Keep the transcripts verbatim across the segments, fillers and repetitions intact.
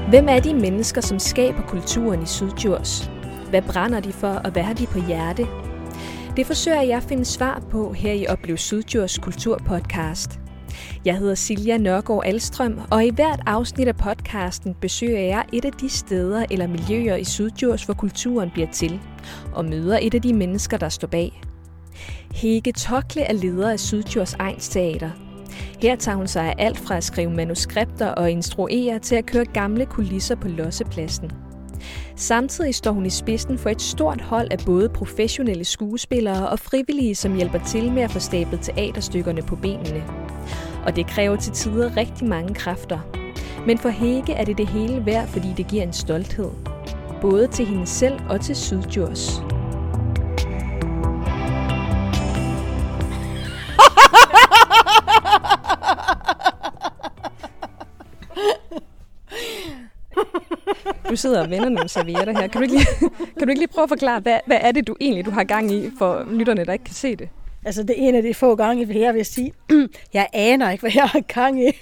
Hvem er de mennesker, som skaber kulturen i Syddjurs? Hvad brænder de for, og hvad har de på hjerte? Det forsøger jeg at finde svar på her i Oplev Syddjurs Kulturpodcast. Jeg hedder Silja Nørgaard Alstrøm, og i hvert afsnit af podcasten besøger jeg et af de steder eller miljøer i Syddjurs, hvor kulturen bliver til, og møder et af de mennesker, der står bag. Hege Tokle er leder af Syddjurs Egnsteater. Her tager hun sig af alt fra at skrive manuskripter og instruere til at køre gamle kulisser på Lossepladsen. Samtidig står hun i spidsen for et stort hold af både professionelle skuespillere og frivillige, som hjælper til med at få stablet teaterstykkerne på benene. Og det kræver til tider rigtig mange kræfter. Men for Hege er det det hele værd, fordi det giver en stolthed. Både til hende selv og til Syddjurs. Du sidder og vender nogle servietter her. Kan du ikke lige, kan du ikke lige prøve at forklare, hvad, hvad er det du egentlig du har gang i for lytterne, der ikke kan se det? Altså det er en af de få gange, jeg vil sige, jeg aner ikke, hvad jeg har gang i.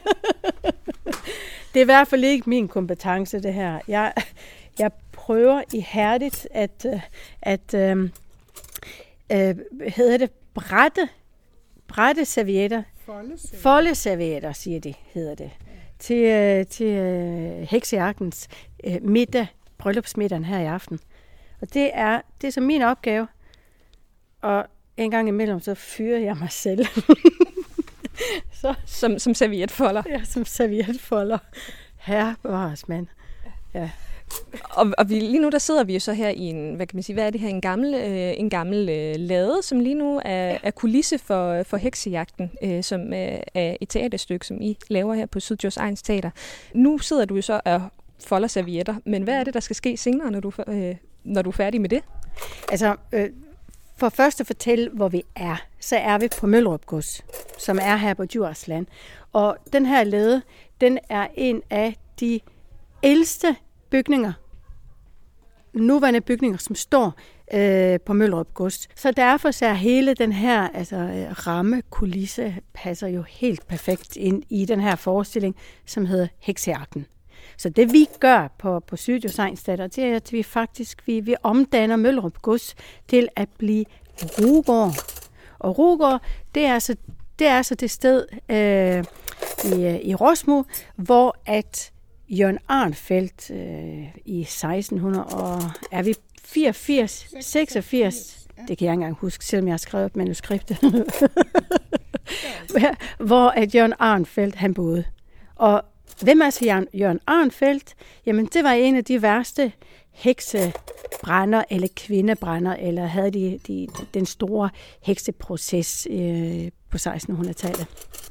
Det er i hvert fald ikke min kompetence, det her. Jeg, jeg prøver ihærdigt at, at øh, øh, hedder det, brætte, brætte servietter. Foldeservietter, siger de, hedder det. Til, til uh, heksejagtens uh, middag, bryllupsmiddagen her i aften. Og det er, det er så min opgave. Og en gang imellem, så fyrer jeg mig selv. så, som, som servietfolder? Ja, som servietfolder. Herre bevares, mand. Ja. Og, og vi, lige nu der sidder vi jo så her i en, hvad kan man sige, hvad er det her, en gammel, øh, en gammel øh, lade, som lige nu er, er kulisse for, for heksejagten, øh, som øh, er et teaterstykke, som I laver her på Syddjurs Egnsteater. Nu sidder du jo så og folder servietter, men hvad er det, der skal ske senere, når du, øh, når du er færdig med det? Altså, øh, for først at fortælle, hvor vi er, så er vi på Møllerup Gods, som er her på Djursland. Og den her lade, den er en af de ældste bygninger, nuværende bygninger, som står øh, på Møllerup Gods. Så derfor så er hele den her altså, ramme, kulisse, passer jo helt perfekt ind i den her forestilling, som hedder Heksejagten. Så det vi gør på, på Syddjurs Egnsteater, det er, at vi faktisk vi, vi omdanner Møllerup Gods til at blive Rugård. Og Rugård, det er altså det, er altså det sted øh, i, i Rosmo, hvor at Jørgen Arnfeldt øh, i seksten hundrede og er vi fireogfirs, seksogfirs, det kan jeg ikke engang huske, selvom jeg har skrevet manuskriptet, hvor at Jørgen Arnfeldt han boede. Og hvem er så Jørgen Arnfeldt? Jamen det var en af de værste heksebrænder eller kvindebrænder, eller havde de, de, den store hekseproces øh, på sekstenhundredetallet.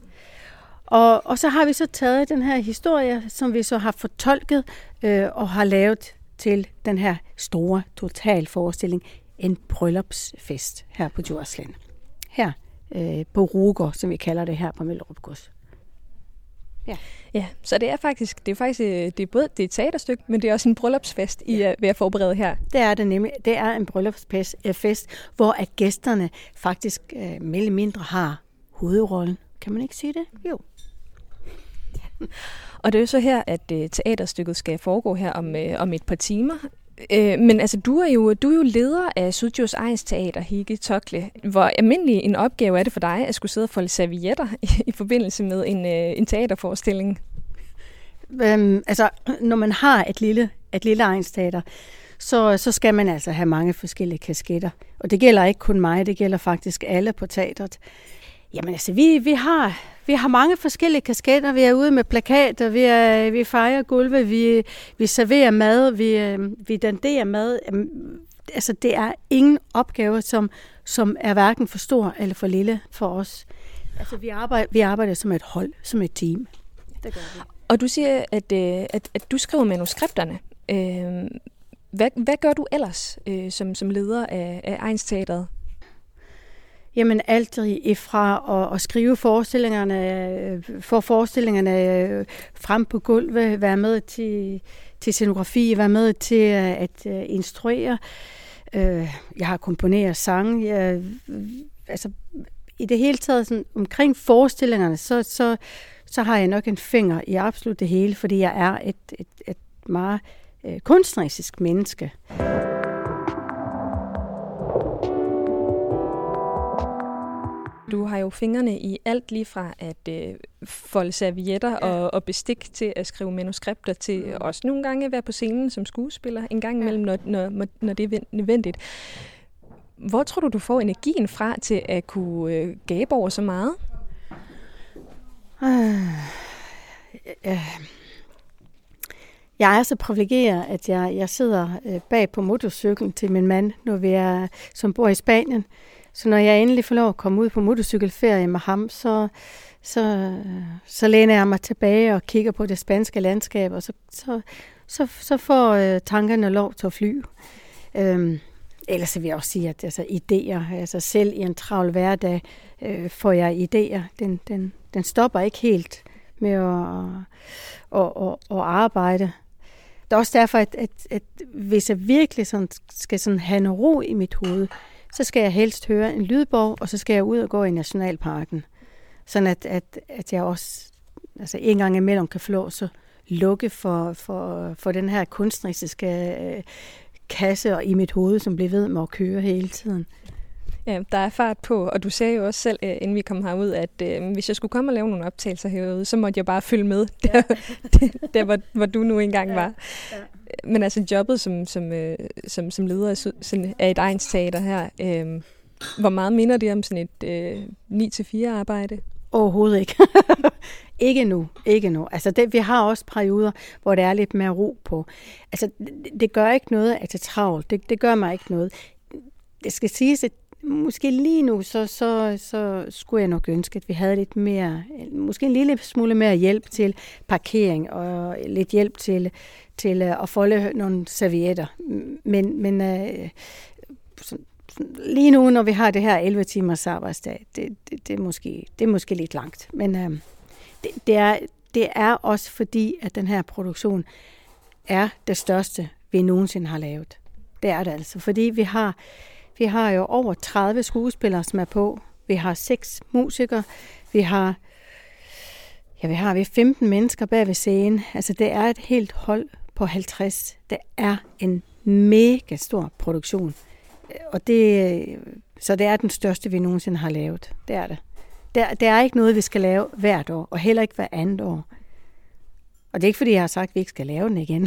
Og, og så har vi så taget den her historie, som vi så har fortolket øh, og har lavet til den her store totalforestilling, en bryllupsfest her på Djursland. Her øh, på Rugård, som vi kalder det her på Møllerup Gods. Ja. Ja, så det er faktisk, det er faktisk, det er både det er et teaterstykke, men det er også en bryllupsfest, I er ved at forberede her. Det er det nemlig. Det er en bryllupsfest, hvor at gæsterne faktisk øh, mere eller mindre har hovedrollen. Kan man ikke sige det? Jo. Og det er jo så her, at uh, teaterstykket skal foregå her om, uh, om et par timer. Uh, men altså, du er, jo, du er jo leder af Syddjurs Egnsteater, Hege Tokle. Hvor almindelig en opgave er det for dig at skulle sidde og folde servietter i, i forbindelse med en, uh, en teaterforestilling? Um, altså, når man har et lille, et lille egnsteater, så, så skal man altså have mange forskellige kasketter. Og det gælder ikke kun mig, det gælder faktisk alle på teatret. Jamen altså, vi, vi, har, vi har mange forskellige kasketter. Vi er ude med plakater, vi, er, vi fejrer gulve, vi, vi serverer mad, vi, vi danderer mad. Altså, det er ingen opgave, som, som er hverken for stor eller for lille for os. Altså, vi arbejder, vi arbejder som et hold, som et team. Det gør vi. Og du siger, at, at, at du skriver manuskripterne. Hvad, hvad gør du ellers øh, som, som leder af, af Egnsteateret? Jamen alt ifra at, at skrive forestillingerne, få forestillingerne frem på gulvet, være med til, til scenografi, være med til at instruere. Jeg har komponeret sange. Jeg, altså, i det hele taget sådan, omkring forestillingerne, så, så, så har jeg nok en finger i absolut det hele, fordi jeg er et, et, et meget øh, kunstnerisk menneske. Du har jo fingrene i alt lige fra at øh, folde servietter ja. og, og bestik til at skrive manuskripter til mm. også nogle gange at være på scenen som skuespiller, en gang imellem, ja. når, når, når det er nødvendigt. Hvor tror du, du får energien fra til at kunne øh, gabe over så meget? Øh, øh. Jeg er så privilegeret, at jeg, jeg sidder øh, bag på motorcyklen til min mand, når vi er, som bor i Spanien. Så når jeg endelig får lov at komme ud på motorcykelferie med ham, så, så, så læner jeg mig tilbage og kigger på det spanske landskab, og så, så, så, så får øh, tankerne lov til at flyve. Øhm, ellers vil jeg også sige, at altså, idéer, altså selv i en travl hverdag, øh, får jeg idéer. Den, den, den stopper ikke helt med at, at, at, at arbejde. Det er også derfor, at, at, at hvis jeg virkelig sådan, skal sådan have en ro i mit hoved, så skal jeg helst høre en lydbog, og så skal jeg ud og gå i Nationalparken. Sådan at, at, at jeg også altså en gang imellem kan få lov så lukke for, for, for den her kunstneriske øh, kasse og i mit hoved, som bliver ved med at køre hele tiden. Ja, der er fart på, og du sagde jo også selv, inden vi kom herud, at øh, hvis jeg skulle komme og lave nogle optagelser herude, så måtte jeg bare følge med, der, ja. der, der hvor, hvor du nu engang var. Ja. Ja. Men altså jobbet som, som, øh, som, som leder af, sådan, af et egnsteater her, øh, hvor meget minder det om sådan et øh, ni til fire arbejde? Overhovedet ikke. Ikke nu, ikke nu. Altså det, vi har også perioder, hvor det er lidt mere ro på. Altså det, det gør ikke noget, at det er travlt. Det, det gør mig ikke noget. Det skal siges, at måske lige nu, så, så, så skulle jeg nok ønske, at vi havde lidt mere, måske en lille smule mere hjælp til parkering og lidt hjælp til, til at folde nogle servietter. Men, men øh, så, lige nu, når vi har det her elleve timers arbejdsdag, det, det, det, er, måske, det er måske lidt langt. Men øh, det, det, er, det er også fordi, at den her produktion er det største, vi nogensinde har lavet. Det er det altså, fordi vi har Vi har jo over tredive skuespillere, som er på. Vi har seks musikere. Vi har, ja, vi har vi femten mennesker bag ved scenen. Altså, det er et helt hold på halvtreds. Det er en mega stor produktion. Og det, så det er den største, vi nogensinde har lavet. Det er det. Det er, det er ikke noget, vi skal lave hvert år, og heller ikke hver andet år. Og det er ikke, fordi jeg har sagt, at vi ikke skal lave den igen.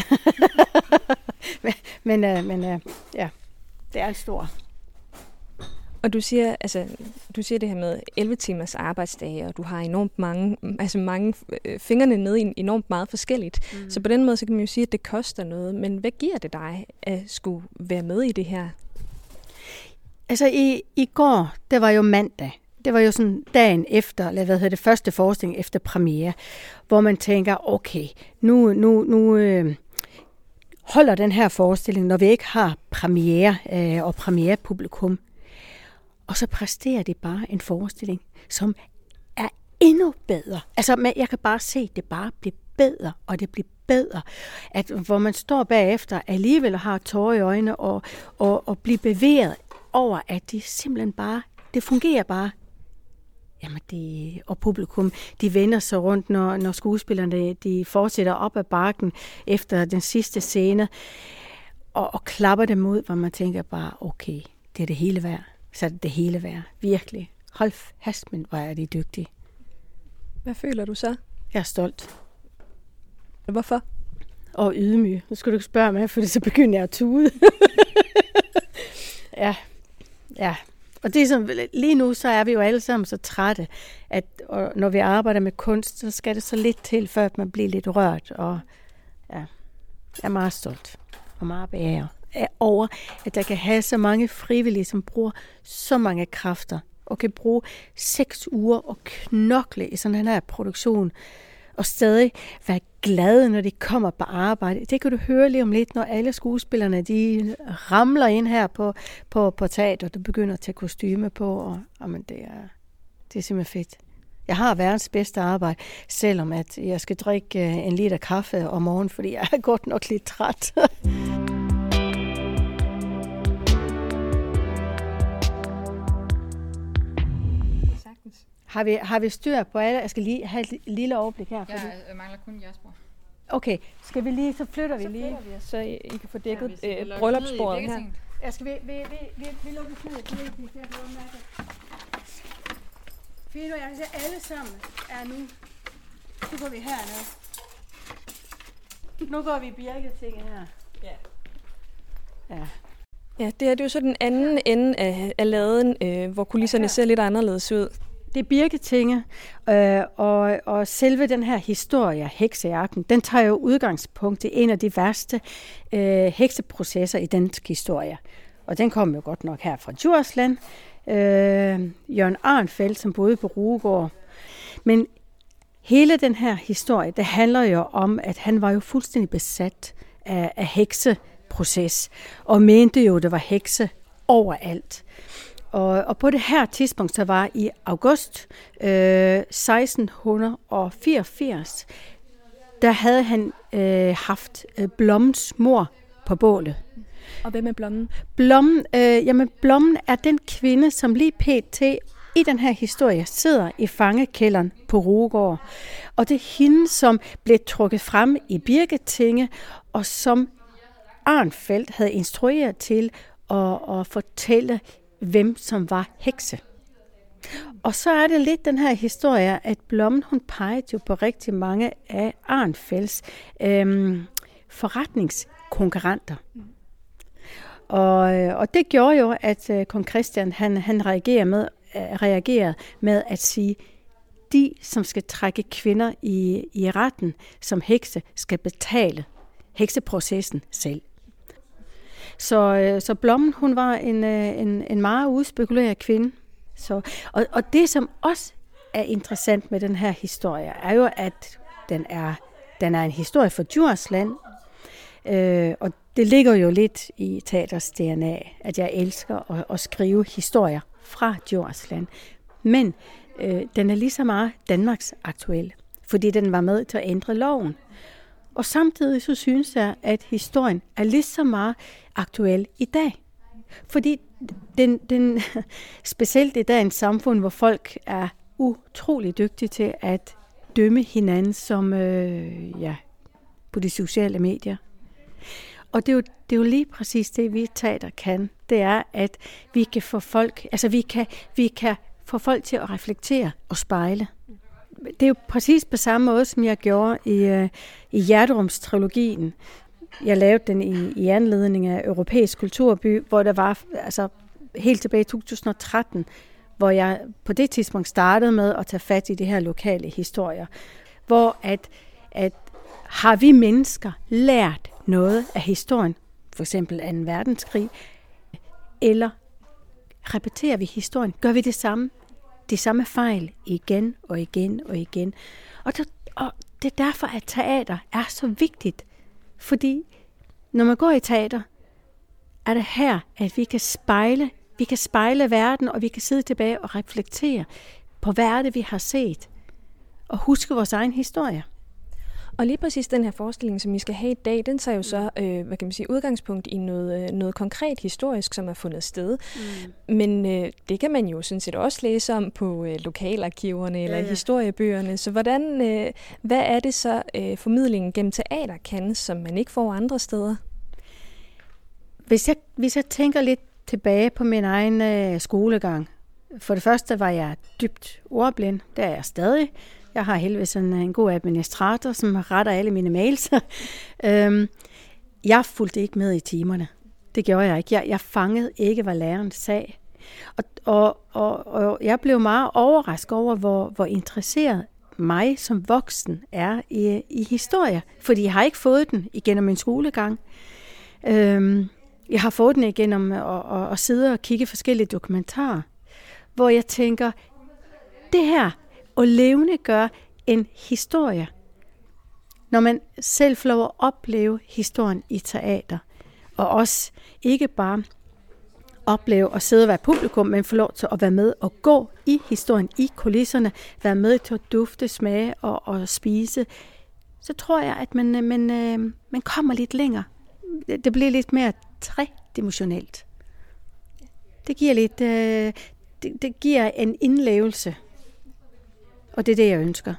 men men, men ja, det er en stor. Og du siger, altså, du siger det her med elleve timers arbejdsdage, og du har enormt mange, altså mange øh, fingrene nede i enormt meget forskelligt. Mm. Så på den måde, så kan man jo sige, at det koster noget. Men hvad giver det dig at skulle være med i det her? Altså i, i går, det var jo mandag. Det var jo sådan dagen efter, eller hvad hedder det, første forestilling efter premiere, hvor man tænker, okay, nu, nu, nu øh, holder den her forestilling, når vi ikke har premiere øh, og premierepublikum. Og så præsterer det bare en forestilling, som er endnu bedre. Altså, jeg kan bare se, at det bare bliver bedre, og det bliver bedre. At hvor man står bagefter, alligevel har tårer i øjnene, og, og, og bliver bevæget over, at det simpelthen bare, det fungerer bare. Jamen, det, og publikum, de vender sig rundt, når, når skuespillerne, de fortsætter op ad bakken efter den sidste scene, og, og klapper dem ud, hvor man tænker bare, okay, det er det hele værd. Så er det det hele værd. Virkelig. Hold fast, men hvor er de dygtige. Hvad føler du så? Jeg er stolt. Hvorfor? Og ydmyg. Nu skal du ikke spørge mig, for så begynder jeg at tude. ja. Ja. Og det er sådan, lige nu, så er vi jo alle sammen så trætte, at og når vi arbejder med kunst, så skal det så lidt til, før man bliver lidt rørt. Og ja, jeg er meget stolt og meget beæret over, at der kan have så mange frivillige, som bruger så mange kræfter, og kan bruge seks uger og knokle i sådan en her produktion, og stadig være glade, når de kommer på arbejde. Det kan du høre lige om lidt, når alle skuespillerne, de ramler ind her på, på, på teater, og du begynder at tage kostyme på, og jamen, det, er, det er simpelthen fedt. Jeg har verdens bedste arbejde, selvom at jeg skal drikke en liter kaffe om morgenen, fordi jeg er godt nok lidt træt. Har vi, har vi styr på alle? Jeg skal lige have et lille overblik her. Ja, jeg mangler kun Jasper. Okay, skal vi lige, så flytter vi så lige. Flytter vi, så I, I kan få dækket ja, øh, bryllupsbordet her. Ja, skal vi, vi, vi, vi, vi lukker ned. Fint, jeg kan se, alle sammen er nu. Nu går vi hernede. Nu går vi i Birketinge her. Ja. Ja. Ja, det er, det er jo så den anden ende af, af laden, øh, hvor kulisserne ser lidt anderledes ud. Det er Birketinge, øh, og, og selve den her historie, heksejagten, den tager jo udgangspunkt i en af de værste øh, hekseprocesser i dansk historie. Og den kom jo godt nok her fra Djursland. Øh, Jørgen Arnfeldt, som boede på Rugård. Men hele den her historie, det handler jo om, at han var jo fuldstændig besat af, af hekseproces, og mente jo, at der var hekse overalt. Og, og på det her tidspunkt, så var i august øh, seksten fireogfirs, der havde han øh, haft øh, Blommens mor på bålet. Og hvem er Blommen? Blommen, øh, jamen Blommen er den kvinde, som lige pt. I den her historie sidder i fangekælderen på Rugård. Og det er hende, som blev trukket frem i Birketinge, og som Arnfeldt havde instrueret til at, at fortælle, hvem som var hekse. Og så er det lidt den her historie, at Blommen, hun pegede jo på rigtig mange af Arnfeldts øhm, forretningskonkurrenter. Mm. Og, og det gjorde jo, at øh, kong Christian han, han reagerede, med, øh, reagerede med at sige, de, som skal trække kvinder i, i retten som hekse, skal betale hekseprocessen selv. Så, så Blommen, hun var en, en, en meget udspekuleret kvinde. Så, og, og det, som også er interessant med den her historie, er jo, at den er, den er en historie for Djursland. Øh, og det ligger jo lidt i teaters D N A, at jeg elsker at, at skrive historier fra Djursland. Men øh, den er lige så meget Danmarks aktuel, fordi den var med til at ændre loven. Og samtidig så synes jeg, at historien er lige så meget aktuel i dag. Fordi den, den, specielt i dagens samfund, hvor folk er utrolig dygtige til at dømme hinanden som øh, ja, på de sociale medier. Og det er, jo, det er jo lige præcis det, vi teater kan. Det er, at vi kan få folk, altså vi kan, vi kan få folk til at reflektere og spejle. Det er jo præcis på samme måde, som jeg gjorde i, uh, i Hjerterumstrilogien. Jeg lavede den i, i anledning af Europæisk Kulturby, hvor der var altså, helt tilbage i to tusind og tretten, hvor jeg på det tidspunkt startede med at tage fat i de her lokale historier. Hvor at, at har vi mennesker lært noget af historien, for eksempel anden verdenskrig, eller repeterer vi historien? Gør vi det samme? De samme fejl igen og igen og igen. Og det, og det er derfor, at teater er så vigtigt. Fordi når man går i teater, er det her, at vi kan spejle, vi kan spejle verden, og vi kan sidde tilbage og reflektere på, hvad er det, vi har set, og huske vores egen historie. Og lige præcis den her forestilling, som vi skal have i dag, den tager jo så øh, hvad kan man sige, udgangspunkt i noget, øh, noget konkret historisk, som er fundet sted. Mm. Men øh, det kan man jo sådan set også læse om på øh, lokalarkiverne eller ja, ja. historiebøgerne. Så hvordan, øh, hvad er det så, øh, formidlingen gennem teater kan, som man ikke får andre steder? Hvis jeg, hvis jeg tænker lidt tilbage på min egen øh, skolegang. For det første var jeg dybt ordblind. Det er jeg stadig. Jeg har heldigvis sådan en god administrator, som retter alle mine mails. øhm, jeg fulgte ikke med i timerne. Det gjorde jeg ikke. Jeg, jeg fangede ikke, hvad læreren sagde. Og, og, og, og jeg blev meget overrasket over, hvor, hvor interesseret mig som voksen er i, i historie. Fordi jeg har ikke fået den igennem min skolegang. Øhm, jeg har fået den igennem at, at, at sidde og kigge forskellige dokumentarer, hvor jeg tænker, det her og levende gør en historie. Når man selv får lov at opleve historien i teater, og også ikke bare opleve at sidde og være publikum, men få lov til at være med og gå i historien, i kulisserne, være med til at dufte, smage og, og spise, så tror jeg, at man, man, man kommer lidt længere. Det bliver lidt mere tredimensionelt. Det giver lidt, det, det giver en indlevelse. Og det er det, jeg ønsker.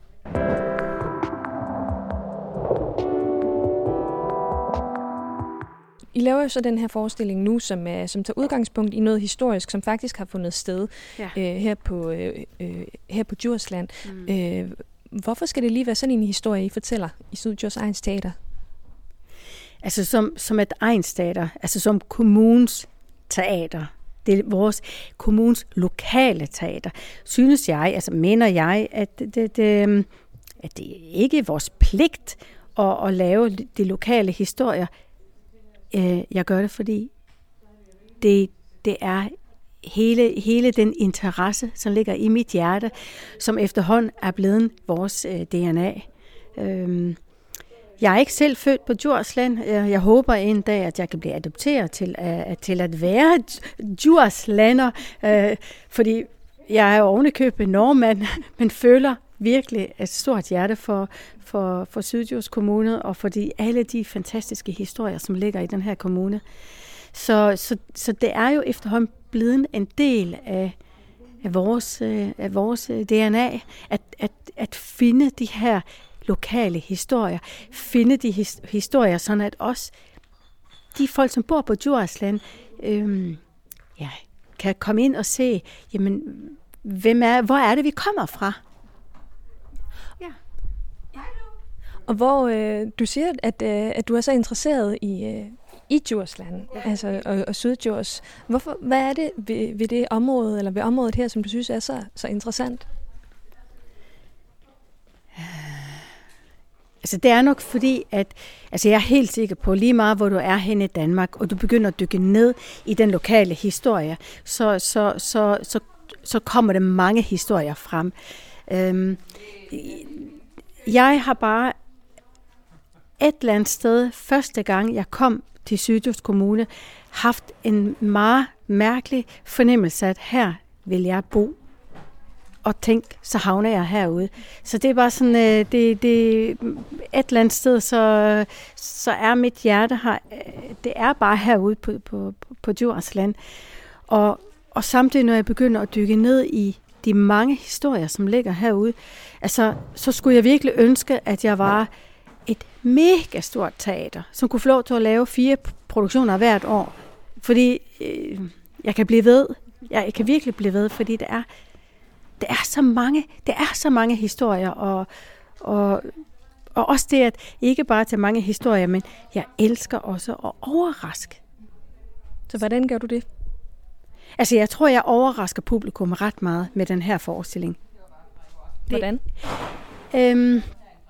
I laver jo så den her forestilling nu, som, er, som tager udgangspunkt i noget historisk, som faktisk har fundet sted ja. øh, her, på, øh, øh, her på Djursland. Mm. Øh, hvorfor skal det lige være sådan en historie, I fortæller i Syddjurs Egnsteater? Altså som, som et egnsteater, altså som kommunens teater. Det er vores kommunens lokale teater. Synes jeg, altså mener jeg, at det, det, at det ikke er vores pligt at, at lave de lokale historier. Jeg gør det, fordi det, det er hele, hele den interesse, som ligger i mit hjerte, som efterhånden er blevet vores D N A. Jeg er ikke selv født på Djursland. Jeg håber en dag, at jeg kan blive adopteret til at, til at være djurslander, fordi jeg er jo ovenikøbet nordmand, men føler virkelig et stort hjerte for, for, for Syddjurs Kommune og for de, alle de fantastiske historier, som ligger i den her kommune. Så, så, så det er jo efterhånden blevet en del af, af, vores, af vores D N A, at, at, at finde de her lokale historier, finde de his, historier, sådan at også de folk, som bor på Djursland, øhm, ja, kan komme ind og se, jamen, hvem er, hvor er det, vi kommer fra? Ja. Ja. Og hvor øh, du siger, at, øh, at du er så interesseret i, øh, i Djursland, ja. altså, og, og Syddjurs. Hvorfor, hvad er det ved, ved det område, eller ved området her, som du synes er så, så interessant? Altså det er nok fordi, at altså jeg er helt sikker på, lige meget hvor du er henne i Danmark, og du begynder at dykke ned i den lokale historie, så, så, så, så, så kommer der mange historier frem. Øhm, jeg har bare et eller andet sted, første gang jeg kom til Syddjurs Kommune, haft en meget mærkelig fornemmelse, at her vil jeg bo. Og tænk, så havner jeg herude. Så det er bare sådan, det, det, et eller andet sted, så, så er mit hjerte her, det er bare herude på, på, på Djursland. Og, og samtidig, når jeg begynder at dykke ned i de mange historier, som ligger herude, altså, så skulle jeg virkelig ønske, at jeg var et mega stort teater, som kunne få lov til at lave fire produktioner hvert år. Fordi øh, jeg kan blive ved. Jeg, jeg kan virkelig blive ved, fordi det er Det er så mange, det er så mange historier, og, og, og også det, at ikke bare til mange historier, men jeg elsker også at overraske. Så hvordan gør du det? Altså, jeg tror, jeg overrasker publikum ret meget med den her forestilling. Hvordan? Det, øhm,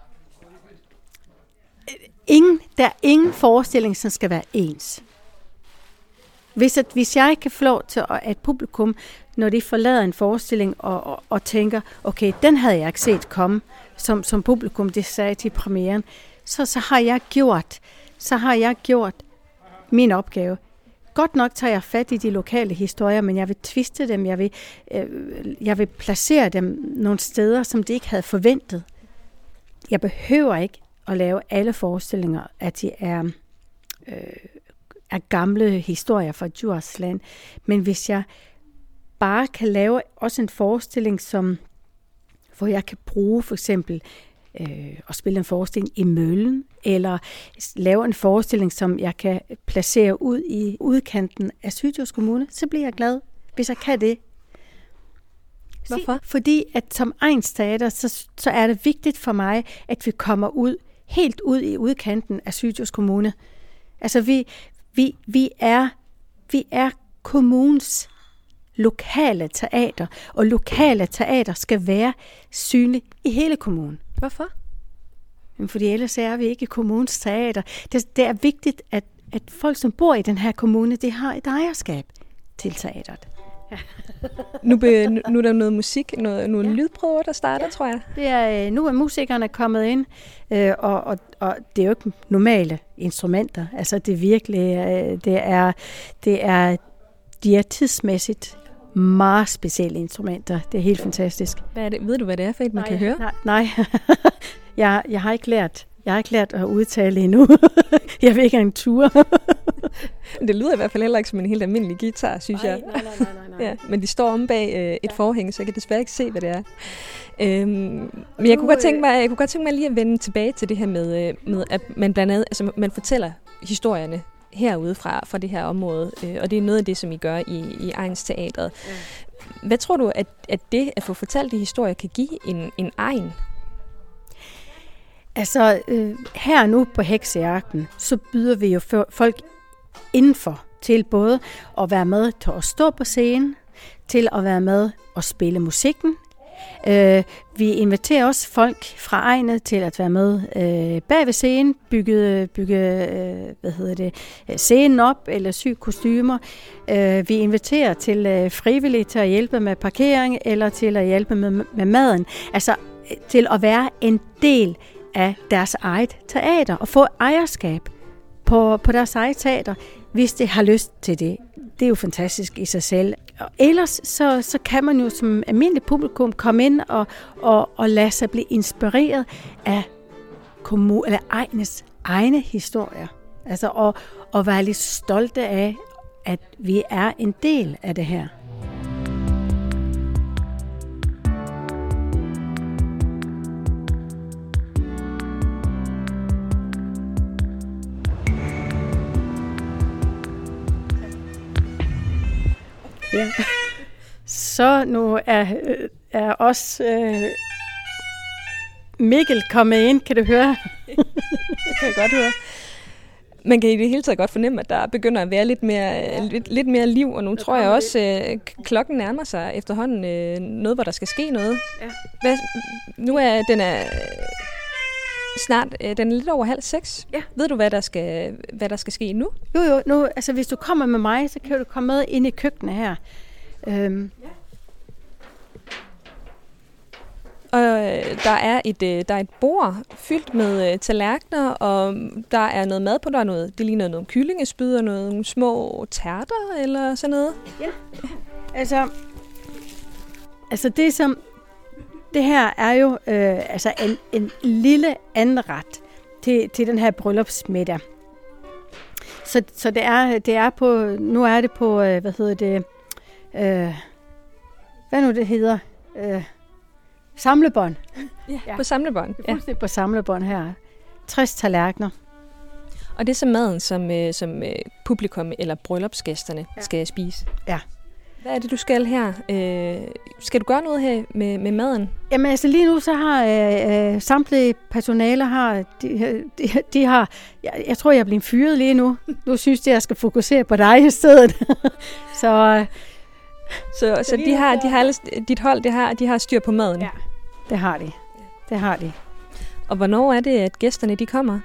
ingen, der er ingen forestilling, som skal være ens. Hvis, at, hvis jeg kan få lov til at et publikum, når de forlader en forestilling og, og, og tænker, okay, den havde jeg ikke set komme, som, som publikum det sagde til premieren, så, så, har jeg gjort, så har jeg gjort min opgave. Godt nok tager jeg fat i de lokale historier, men jeg vil twiste dem, jeg vil, øh, jeg vil placere dem nogle steder, som de ikke havde forventet. Jeg behøver ikke at lave alle forestillinger, at de er... Øh, er gamle historier fra Djursland. Men hvis jeg bare kan lave også en forestilling, som, hvor jeg kan bruge for eksempel øh, at spille en forestilling i Møllen, eller lave en forestilling, som jeg kan placere ud i udkanten af Syddjurs Kommune, så bliver jeg glad, hvis jeg kan det. Hvorfor? Fordi at som egnsteater, så, så er det vigtigt for mig, at vi kommer ud, helt ud i udkanten af Syddjurs Kommune. Altså vi Vi, vi, er, vi er kommunens lokale teater, og lokale teater skal være synlige i hele kommunen. Hvorfor? Fordi ellers er vi ikke kommunens teater. Det, det er vigtigt, at, at folk, som bor i den her kommune, de har et ejerskab til teateret. Ja. nu, be, nu, nu er der noget musik, noget, nogle ja. lydprøver, der starter, ja. tror jeg. Det er, nu er musikerne kommet ind, øh, og, og, og det er jo ikke normale instrumenter. Altså det er virkelig, øh, det er, det er, de er tidsmæssigt meget specielle instrumenter. Det er helt fantastisk. Hvad er det? Ved du, hvad det er for et, man nej, kan høre? Nej, nej. jeg, jeg har ikke lært. Jeg har ikke lært at udtale endnu. Jeg vil ikke have en tur. Det lyder i hvert fald heller ikke som en helt almindelig guitar, synes nej, jeg. Nej, nej, nej, nej. Ja, men de står om bag øh, et ja. forhæng, så jeg kan desværre ikke se, hvad det er. Øhm, men nu, jeg kunne, godt tænke mig, jeg kunne godt tænke mig lige at vende tilbage til det her med, med at man blandt andet, altså man fortæller historierne herude fra, fra det her område, øh, og det er noget af det, som I gør i, i egnsteatret. Ja. Hvad tror du, at, at det at få fortalt de historier kan give en, en egen? Altså, øh, her nu på Heksejagten, så byder vi jo folk indenfor til både at være med til at stå på scenen, til at være med og spille musikken. Øh, vi inviterer også folk fra egnet til at være med øh, bag ved scenen, bygge, bygge øh, hvad hedder det, scenen op eller sy kostymer. Øh, vi inviterer til øh, frivillige til at hjælpe med parkering eller til at hjælpe med, med maden. Altså til at være en del af deres eget teater og få ejerskab på, på deres eget teater, hvis de har lyst til det. Det er jo fantastisk i sig selv. Og ellers så, så kan man jo som almindelig publikum komme ind og, og, og lade sig blive inspireret af kommun, eller egnes egne historier. Altså og, og være lidt stolte af, at vi er en del af det her. Ja. Så nu er, er også øh, Mikkel kommet ind, kan du høre? Det kan jeg godt høre. Man kan i det hele taget godt fornemme, at der begynder at være lidt mere, lidt, lidt mere liv, og nu tror jeg også, at øh, klokken nærmer sig efterhånden øh, noget, hvor der skal ske noget. Ja. Hvad, nu er den er snart, øh, den er lidt over halv seks. Ja. Ved du, hvad der skal, hvad der skal ske nu? Jo, jo. Nu, altså, hvis du kommer med mig, så kan du komme med ind i køkkenet her. Øhm. Ja. Og der er et der er et bord fyldt med tallerkener, og der er noget mad på, der er noget, det ligner noget kyllingespyd og nogle små tærter eller sådan noget. Ja. Altså altså det som det her er jo øh, altså en, en lille anret til til den her bryllupsmiddag. Så så det er det er på nu er det på øh, hvad hedder det øh, hvad nu det hedder øh, samlebånd. Ja, ja, på samlebånd. Det er fuldstændig ja. På samlebånd her. tres tallerkener. Og det er så maden, som, som publikum eller bryllupsgæsterne ja. skal spise? Ja. Hvad er det, du skal her? Øh, skal du gøre noget her med, med maden? Jamen altså lige nu så har øh, samtlige personaler har, de, de, de har, jeg, jeg tror jeg er blevet fyret lige nu. Nu synes de, jeg skal fokusere på dig i stedet. så Så, så, så de har, de har alle, dit hold, det har, de har styr på maden? Ja, det har de. Det har de. Og hvornår er det, at gæsterne de kommer?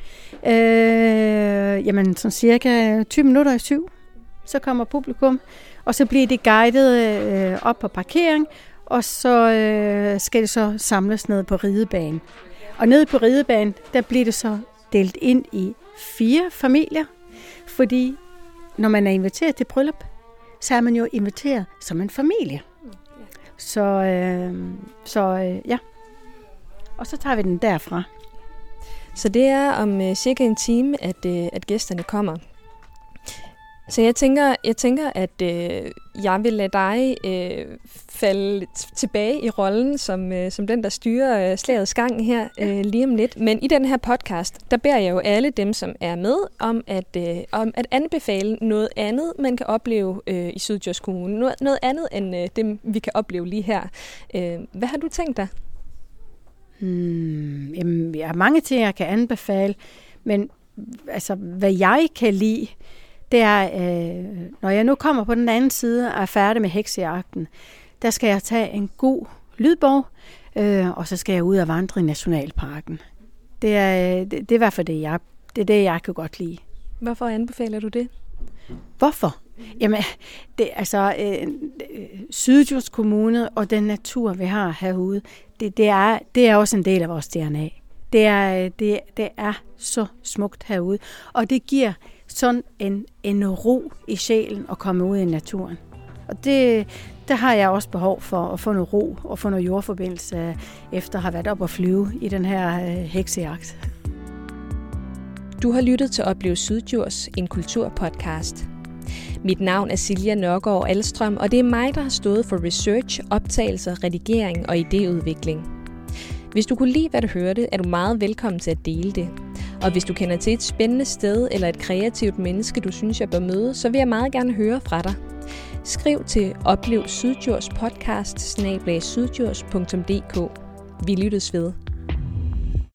Øh, jamen, sådan cirka tyve minutter i syv, så kommer publikum. Og så bliver de guidet øh, op på parkering, og så øh, skal det så samles ned på ridebanen. Og nede på ridebanen, der bliver det så delt ind i fire familier, fordi når man er inviteret til bryllup, så er man jo inviteret som en familie. Så, øh, så øh, ja. Og så tager vi den derfra. Så det er om øh, cirka en time, at, øh, at gæsterne kommer. Så jeg tænker, jeg tænker at øh, jeg vil lade dig øh, falde t- tilbage i rollen som, øh, som den, der styrer øh, slagets gang her øh, lige om lidt. Men i den her podcast, der beder jeg jo alle dem, som er med, om at, øh, om at anbefale noget andet, man kan opleve øh, i Syddjurs Kommune. Noget, noget andet end øh, det, vi kan opleve lige her. Øh, hvad har du tænkt dig? Hmm, jamen, jeg har mange ting, jeg kan anbefale, men altså, hvad jeg kan lide, det er, øh, når jeg nu kommer på den anden side og er færdig med Heksejagten, der skal jeg tage en god lydbog, øh, og så skal jeg ud og vandre i Nationalparken. Det er, det, det er i hvert fald det, jeg, det er det, jeg kan godt lide. Hvorfor anbefaler du det? Hvorfor? Jamen, det, altså, øh, Syddjurs Kommune og den natur, vi har herude, det, det, er, det er også en del af vores D N A. Det er, det, det er så smukt herude, og det giver sådan en, en ro i sjælen at komme ud i naturen. Og det, der har jeg også behov for at få noget ro og få noget jordforbindelse efter at have været op og flyve i den her øh, heksejagt. Du har lyttet til Oplev Syddjurs, en kulturpodcast. Mit navn er Silja Nørgaard Alstrøm, og det er mig, der har stået for research, optagelser, redigering og idéudvikling. Hvis du kunne lide, hvad du hørte, er du meget velkommen til at dele det. Og hvis du kender til et spændende sted eller et kreativt menneske, du synes, jeg bør møde, så vil jeg meget gerne høre fra dig. Skriv til oplev syddjurs podcast snabel-a sydjurs punktum d k. Vi lyttes ved.